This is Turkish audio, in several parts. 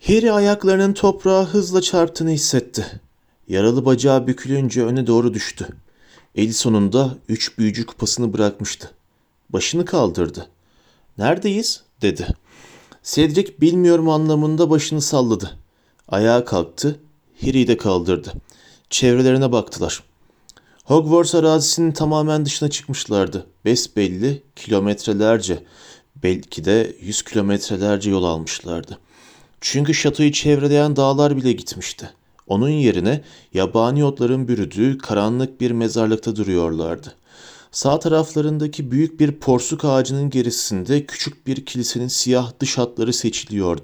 Harry ayaklarının toprağa hızla çarptığını hissetti. Yaralı bacağı bükülünce öne doğru düştü. Eli sonunda 3 büyücü kupasını bırakmıştı. Başını kaldırdı. "Neredeyiz?" dedi. Cedric bilmiyorum anlamında başını salladı. Ayağa kalktı. Harry'i de kaldırdı. Çevrelerine baktılar. Hogwarts arazisinin tamamen dışına çıkmışlardı. Besbelli kilometrelerce, belki de 100 kilometrelerce yol almışlardı. Çünkü şatoyu çevreleyen dağlar bile gitmişti. Onun yerine yabani otların bürüdüğü karanlık bir mezarlıkta duruyorlardı. Sağ taraflarındaki büyük bir porsuk ağacının gerisinde küçük bir kilisenin siyah dış hatları seçiliyordu.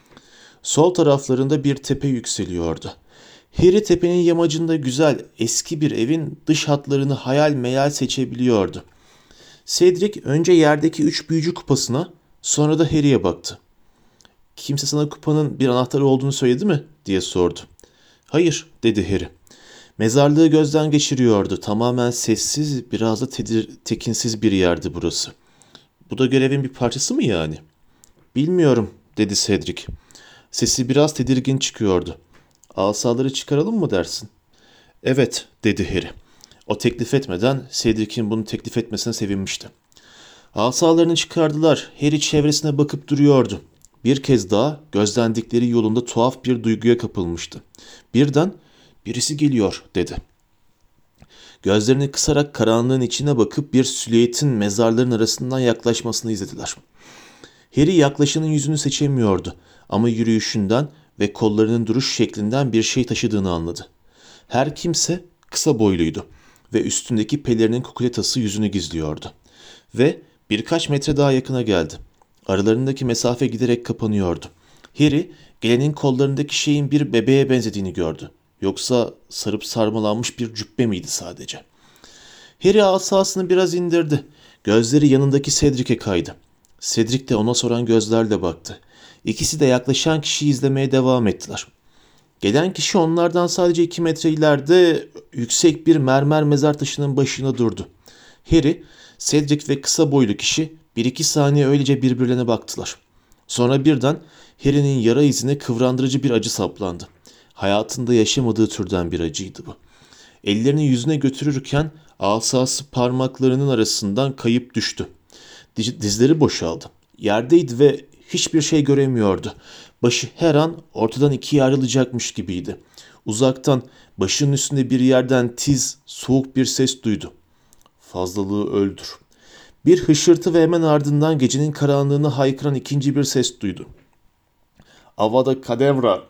Sol taraflarında bir tepe yükseliyordu. Harry tepenin yamacında güzel, eski bir evin dış hatlarını hayal meyal seçebiliyordu. Cedric önce yerdeki 3 büyücü kupasına, sonra da Harry'e baktı. "Kimse sana kupanın bir anahtarı olduğunu söyledi mi?" diye sordu. "Hayır," dedi Harry. Mezarlığı gözden geçiriyordu. Tamamen sessiz, biraz da tekinsiz bir yerdi burası. "Bu da görevin bir parçası mı yani?" "Bilmiyorum," dedi Cedric. Sesi biraz tedirgin çıkıyordu. "Asaları çıkaralım mı dersin?" "Evet," dedi Harry. O teklif etmeden Cedric'in bunu teklif etmesine sevinmişti. Asalarını çıkardılar. Harry çevresine bakıp duruyordu. Bir kez daha gözlendikleri yolunda tuhaf bir duyguya kapılmıştı. Birden "Birisi geliyor," dedi. Gözlerini kısarak karanlığın içine bakıp bir silüetin mezarların arasından yaklaşmasını izlediler. Harry yaklaşanın yüzünü seçemiyordu ama yürüyüşünden ve kollarının duruş şeklinden bir şey taşıdığını anladı. Her kimse kısa boyluydu ve üstündeki pelerinin kukuletası yüzünü gizliyordu. Ve birkaç metre daha yakına geldi. Aralarındaki mesafe giderek kapanıyordu. Harry, gelenin kollarındaki şeyin bir bebeğe benzediğini gördü. Yoksa sarıp sarmalanmış bir cübbe miydi sadece? Harry asasını biraz indirdi. Gözleri yanındaki Cedric'e kaydı. Cedric de ona soran gözlerle baktı. İkisi de yaklaşan kişiyi izlemeye devam ettiler. Gelen kişi onlardan sadece 2 metre ileride yüksek bir mermer mezar taşının başına durdu. Harry, Cedric ve kısa boylu kişi 1-2 saniye öylece birbirlerine baktılar. Sonra birden Harry'nin yara izine kıvrandırıcı bir acı saplandı. Hayatında yaşamadığı türden bir acıydı bu. Ellerini yüzüne götürürken asası parmaklarının arasından kayıp düştü. Dizleri boşaldı. Yerdeydi ve hiçbir şey göremiyordu. Başı her an ortadan ikiye ayrılacakmış gibiydi. Uzaktan başının üstünde bir yerden tiz, soğuk bir ses duydu. "Fazlalığı öldür." Bir hışırtı ve hemen ardından gecenin karanlığını haykıran ikinci bir ses duydu. "Avada Kedavra!"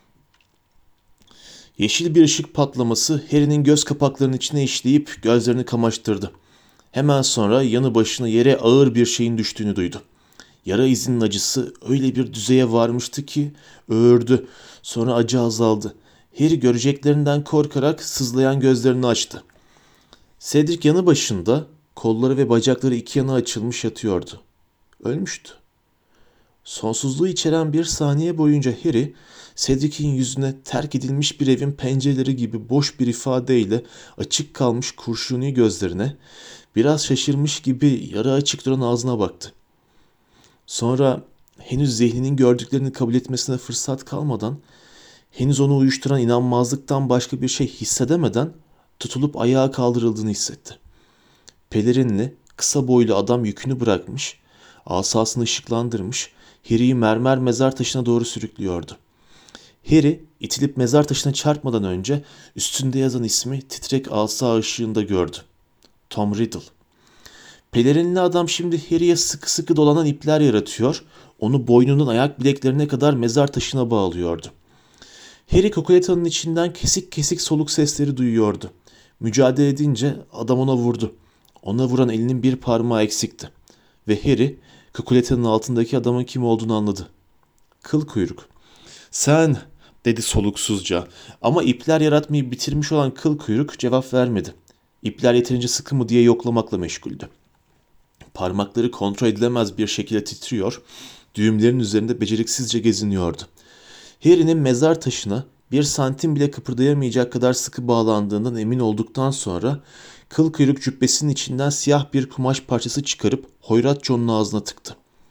Yeşil bir ışık patlaması Harry'nin göz kapaklarının içine işleyip gözlerini kamaştırdı. Hemen sonra yanı başına yere ağır bir şeyin düştüğünü duydu. Yara izinin acısı öyle bir düzeye varmıştı ki öğürdü. Sonra acı azaldı. Harry göreceklerinden korkarak sızlayan gözlerini açtı. Cedric yanı başında, kolları ve bacakları iki yana açılmış yatıyordu. Ölmüştü. Sonsuzluğu içeren bir saniye boyunca Harry, Cedric'in yüzüne terk edilmiş bir evin pencereleri gibi boş bir ifadeyle açık kalmış kurşuni gözlerine, biraz şaşırmış gibi yarı açık duran ağzına baktı. Sonra henüz zihninin gördüklerini kabul etmesine fırsat kalmadan, henüz onu uyuşturan inanmazlıktan başka bir şey hissedemeden tutulup ayağa kaldırıldığını hissetti. Pelerinli, kısa boylu adam yükünü bırakmış, asasını ışıklandırmış, Harry'i mermer mezar taşına doğru sürüklüyordu. Harry, itilip mezar taşına çarpmadan önce üstünde yazan ismi titrek asa ışığında gördü. Tom Riddle. Pelerinli adam şimdi Harry'e sıkı sıkı dolanan ipler yaratıyor, onu boynunun ayak bileklerine kadar mezar taşına bağlıyordu. Harry kokoletanın içinden kesik kesik soluk sesleri duyuyordu. Mücadele edince adam ona vurdu. Ona vuran elinin bir parmağı eksikti. Ve Harry, kokoletanın altındaki adamın kim olduğunu anladı. Kıl kuyruk. "Sen," dedi soluksuzca, ama ipler yaratmayı bitirmiş olan kıl kuyruk cevap vermedi. İpler yeterince sıkı mı diye yoklamakla meşguldü. Parmakları kontrol edilemez bir şekilde titriyor, düğümlerin üzerinde beceriksizce geziniyordu. Harry'nin mezar taşına 1 santim bile kıpırdayamayacak kadar sıkı bağlandığından emin olduktan sonra kıl kuyruk cübbesinin içinden siyah bir kumaş parçası çıkarıp hoyratça onun ağzına tıktı.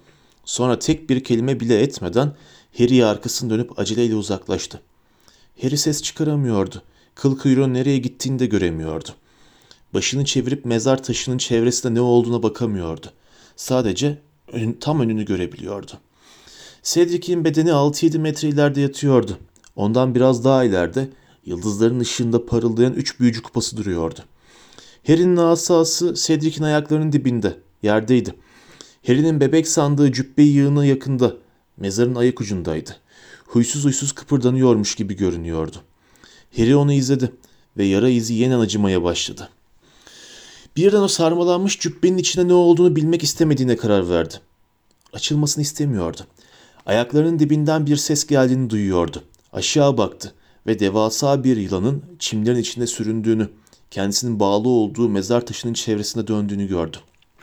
Sonra tek bir kelime bile etmeden Harry'ye arkasını dönüp aceleyle uzaklaştı. Harry ses çıkaramıyordu. Kıl kuyruğun nereye gittiğini de göremiyordu. Başını çevirip mezar taşının çevresinde ne olduğuna bakamıyordu. Sadece tam önünü görebiliyordu. Cedric'in bedeni 6-7 metre ileride yatıyordu. Ondan biraz daha ileride yıldızların ışığında parıldayan 3 büyücü kupası duruyordu. Harry'nin asası Cedric'in ayaklarının dibinde, yerdeydi. Harry'nin bebek sandığı cübbe yığına yakında, mezarın ayak ucundaydı. Huysuz huysuz kıpırdanıyormuş gibi görünüyordu. Harry onu izledi ve yara izi yeniden acımaya başladı. Birden o sarmalanmış cübbenin içinde ne olduğunu bilmek istemediğine karar verdi. Açılmasını istemiyordu. Ayaklarının dibinden bir ses geldiğini duyuyordu. Aşağı baktı ve devasa bir yılanın çimlerin içinde süründüğünü, kendisinin bağlı olduğu mezar taşının çevresinde döndüğünü gördü.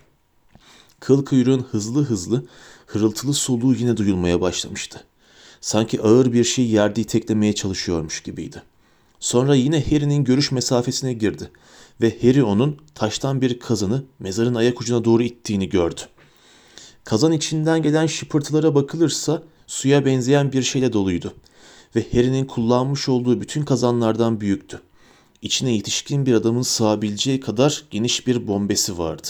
Kıl kuyruğun hızlı hızlı hırıltılı soluğu yine duyulmaya başlamıştı. Sanki ağır bir şey yerde iteklemeye çalışıyormuş gibiydi. Sonra yine Harry'nin görüş mesafesine girdi ve Harry onun taştan bir kazanı mezarın ayak ucuna doğru ittiğini gördü. Kazan içinden gelen şıpırtılara bakılırsa suya benzeyen bir şeyle doluydu ve Harry'nin kullanmış olduğu bütün kazanlardan büyüktü. İçine yetişkin bir adamın sığabileceği kadar geniş bir bombesi vardı.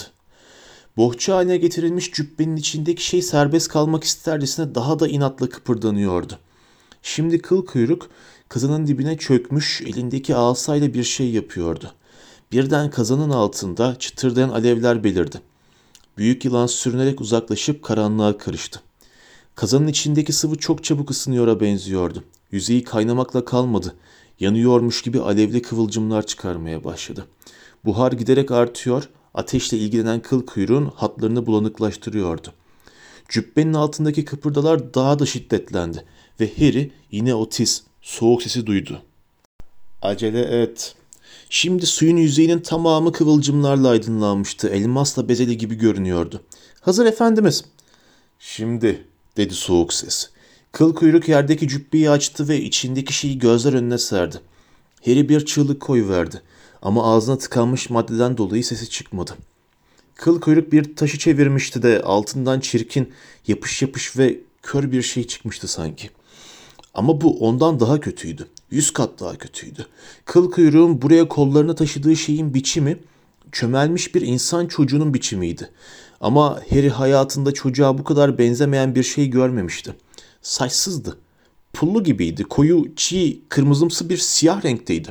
Bohça haline getirilmiş cübbenin içindeki şey serbest kalmak istercesine daha da inatla kıpırdanıyordu. Şimdi kıl kuyruk kazanın dibine çökmüş elindeki asayla bir şey yapıyordu. Birden kazanın altında çıtırdayan alevler belirdi. Büyük yılan sürünerek uzaklaşıp karanlığa karıştı. Kazanın içindeki sıvı çok çabuk ısınıyora benziyordu. Yüzeyi kaynamakla kalmadı. Yanıyormuş gibi alevli kıvılcımlar çıkarmaya başladı. Buhar giderek artıyor, ateşle ilgilenen kıl kuyruğun hatlarını bulanıklaştırıyordu. Cübbenin altındaki kıpırdalar daha da şiddetlendi ve Harry yine o tiz, soğuk sesi duydu. "Acele et." Şimdi suyun yüzeyinin tamamı kıvılcımlarla aydınlanmıştı. Elmasla bezeli gibi görünüyordu. "Hazır efendimiz." "Şimdi," dedi soğuk ses. Kıl kuyruk yerdeki cübbeyi açtı ve içindeki şeyi gözler önüne serdi. Harry bir çığlık koyuverdi ama ağzına tıkanmış maddeden dolayı sesi çıkmadı. Kıl kuyruk bir taşı çevirmişti de altından çirkin, yapış yapış ve kör bir şey çıkmıştı sanki. Ama bu ondan daha kötüydü. 100 kat daha kötüydü. Kıl kuyruğun buraya kollarına taşıdığı şeyin biçimi çömelmiş bir insan çocuğunun biçimiydi. Ama Harry hayatında çocuğa bu kadar benzemeyen bir şey görmemişti. Saçsızdı. Pullu gibiydi. Koyu, çiğ, kırmızımsı bir siyah renkteydi.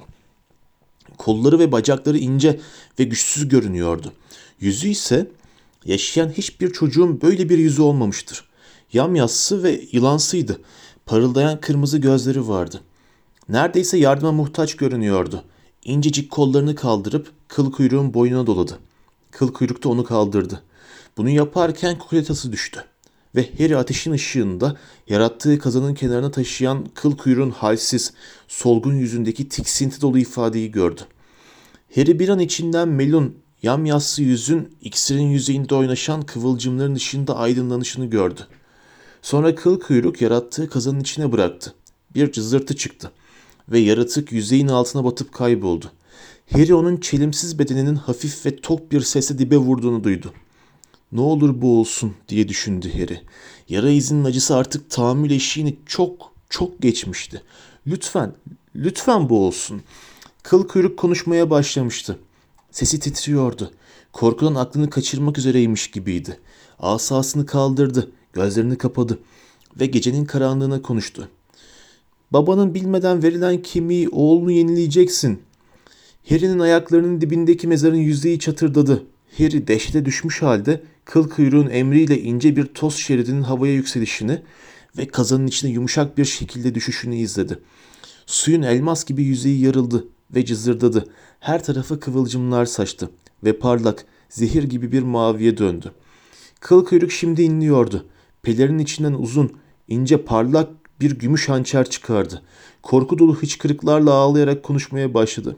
Kolları ve bacakları ince ve güçsüz görünüyordu. Yüzü ise yaşayan hiçbir çocuğun böyle bir yüzü olmamıştır. Yamyassı ve yılansıydı. Parıldayan kırmızı gözleri vardı. Neredeyse yardıma muhtaç görünüyordu. İncecik kollarını kaldırıp kıl kuyruğun boynuna doladı. Kıl kuyruk da onu kaldırdı. Bunu yaparken kukuletası düştü. Ve Harry ateşin ışığında yarattığı kazanın kenarına taşıyan kıl kuyruğun halsiz, solgun yüzündeki tiksinti dolu ifadeyi gördü. Harry bir an içinden melun, yamyassı yüzün iksirin yüzeyinde oynaşan kıvılcımların ışığında aydınlanışını gördü. Sonra kıl kuyruk yarattığı kazanın içine bıraktı. Bir cızırtı çıktı ve yaratık yüzeyin altına batıp kayboldu. Harry onun çelimsiz bedeninin hafif ve tok bir sesle dibe vurduğunu duydu. "Ne olur bu olsun," diye düşündü Harry. Yara izinin acısı artık tahammül eşiğini çok geçmişti. "Lütfen, lütfen bu olsun." Kıl kuyruk konuşmaya başlamıştı. Sesi titriyordu. Korkudan aklını kaçırmak üzereymiş gibiydi. Asasını kaldırdı, gözlerini kapadı ve gecenin karanlığına konuştu. "Babanın bilmeden verilen kemiği oğlunu yenileyeceksin." Harry'nin ayaklarının dibindeki mezarın yüzeyi çatırdadı. Harry dehşete düşmüş halde kıl kuyruğun emriyle ince bir toz şeridinin havaya yükselişini ve kazanın içine yumuşak bir şekilde düşüşünü izledi. Suyun elmas gibi yüzeyi yarıldı ve cızırdadı. Her tarafa kıvılcımlar saçtı ve parlak, zehir gibi bir maviye döndü. Kıl kuyruk şimdi inliyordu. Pelerinin içinden uzun, ince parlak bir gümüş hançer çıkardı. Korku dolu hıçkırıklarla ağlayarak konuşmaya başladı.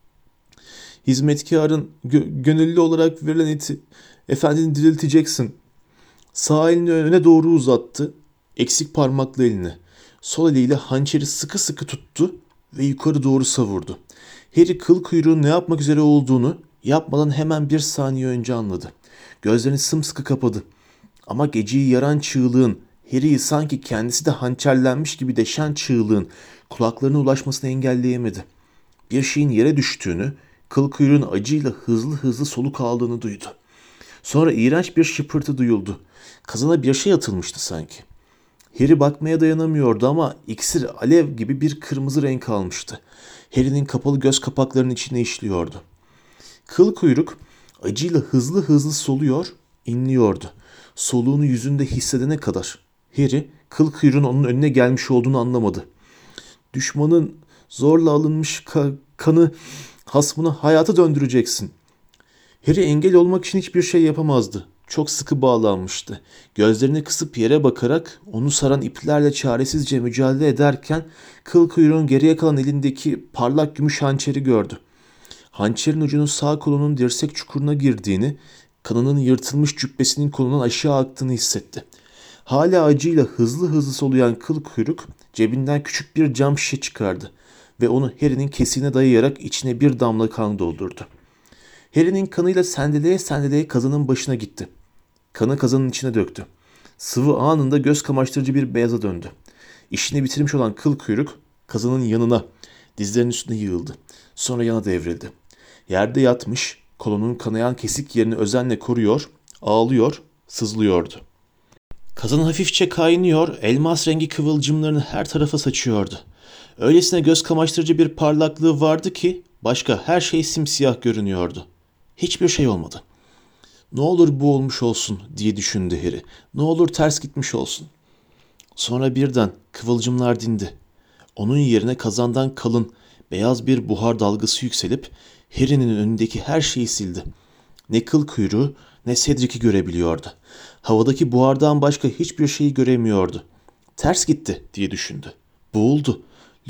"Hizmetkarın gönüllü olarak verilen eti efendini dirilteceksin." Sağ elini öne doğru uzattı, eksik parmaklı elini. Sol eliyle hançeri sıkı sıkı tuttu ve yukarı doğru savurdu. Harry kıl kuyruğun ne yapmak üzere olduğunu yapmadan hemen bir saniye önce anladı. Gözlerini sımsıkı kapadı. Ama geceyi yaran çığlığın, Harry'i sanki kendisi de hançerlenmiş gibi deşen çığlığın kulaklarına ulaşmasını engelleyemedi. Bir şeyin yere düştüğünü, kıl kuyruğun acıyla hızlı hızlı soluk aldığını duydu. Sonra iğrenç bir şıpırtı duyuldu. Kazana bir şey atılmıştı sanki. Harry bakmaya dayanamıyordu ama iksir alev gibi bir kırmızı renk almıştı. Harry'nin kapalı göz kapaklarının içine işliyordu. Kıl kuyruk acıyla hızlı hızlı soluyor, inliyordu. Soluğunu yüzünde hissedene kadar Harry kıl kuyruğun onun önüne gelmiş olduğunu anlamadı. Düşmanın zorla alınmış kanı hasmını hayata döndüreceksin. Harry engel olmak için hiçbir şey yapamazdı. Çok sıkı bağlanmıştı. Gözlerini kısıp yere bakarak onu saran iplerle çaresizce mücadele ederken kıl kuyruğun geriye kalan elindeki parlak gümüş hançeri gördü. Hançerin ucunun sağ kolunun dirsek çukuruna girdiğini, kanının yırtılmış cübbesinin kolundan aşağı aktığını hissetti. Hala acıyla hızlı hızlı soluyan kıl kuyruk cebinden küçük bir cam şişe çıkardı ve onu Harry'nin kesiğine dayayarak içine bir damla kan doldurdu. Harry'nin kanıyla sendeleye sendeleye kazanın başına gitti. Kanı kazanın içine döktü. Sıvı anında göz kamaştırıcı bir beyaza döndü. İşini bitirmiş olan kıl kuyruk kazanın yanına, dizlerinin üstüne yığıldı. Sonra yana devrildi. Yerde yatmış, kolunun kanayan kesik yerini özenle koruyor, ağlıyor, sızlıyordu. Kazan hafifçe kaynıyor, elmas rengi kıvılcımlarını her tarafa saçıyordu. Öylesine göz kamaştırıcı bir parlaklığı vardı ki başka her şey simsiyah görünüyordu. Hiçbir şey olmadı. Ne olur bu olmuş olsun diye düşündü Harry. Ne olur ters gitmiş olsun. Sonra birden kıvılcımlar dindi. Onun yerine kazandan kalın, beyaz bir buhar dalgası yükselip Harry'nin önündeki her şeyi sildi. Ne kıl kuyruğu ne Cedric'i görebiliyordu. Havadaki buhardan başka hiçbir şeyi göremiyordu. Ters gitti diye düşündü. Boğuldu.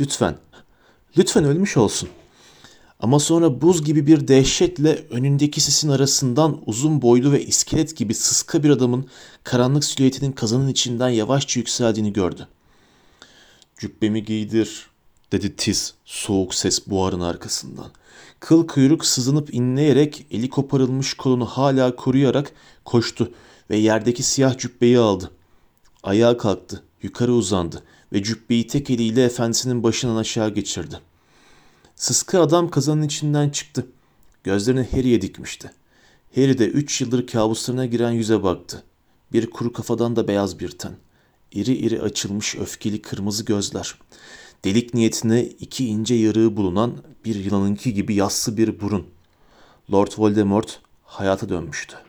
Lütfen ölmüş olsun. Ama sonra buz gibi bir dehşetle önündeki sisin arasından uzun boylu ve iskelet gibi sıska bir adamın karanlık silüetinin kazanın içinden yavaşça yükseldiğini gördü. "Cübbemi giydir," dedi tiz, soğuk ses buharın arkasından. Kıl kuyruk sızınıp inleyerek eli koparılmış kolunu hala koruyarak koştu ve yerdeki siyah cübbeyi aldı. Ayağa kalktı, yukarı uzandı ve cübbeyi tek eliyle efendisinin başından aşağı geçirdi. Sıska adam kazanın içinden çıktı. Gözlerini Harry'e dikmişti. Harry de 3 yıldır kabuslarına giren yüze baktı. Bir kuru kafadan da beyaz bir ten. İri iri açılmış öfkeli kırmızı gözler. Delik niyetine 2 ince yarığı bulunan bir yılanınki gibi yassı bir burun. Lord Voldemort hayata dönmüştü.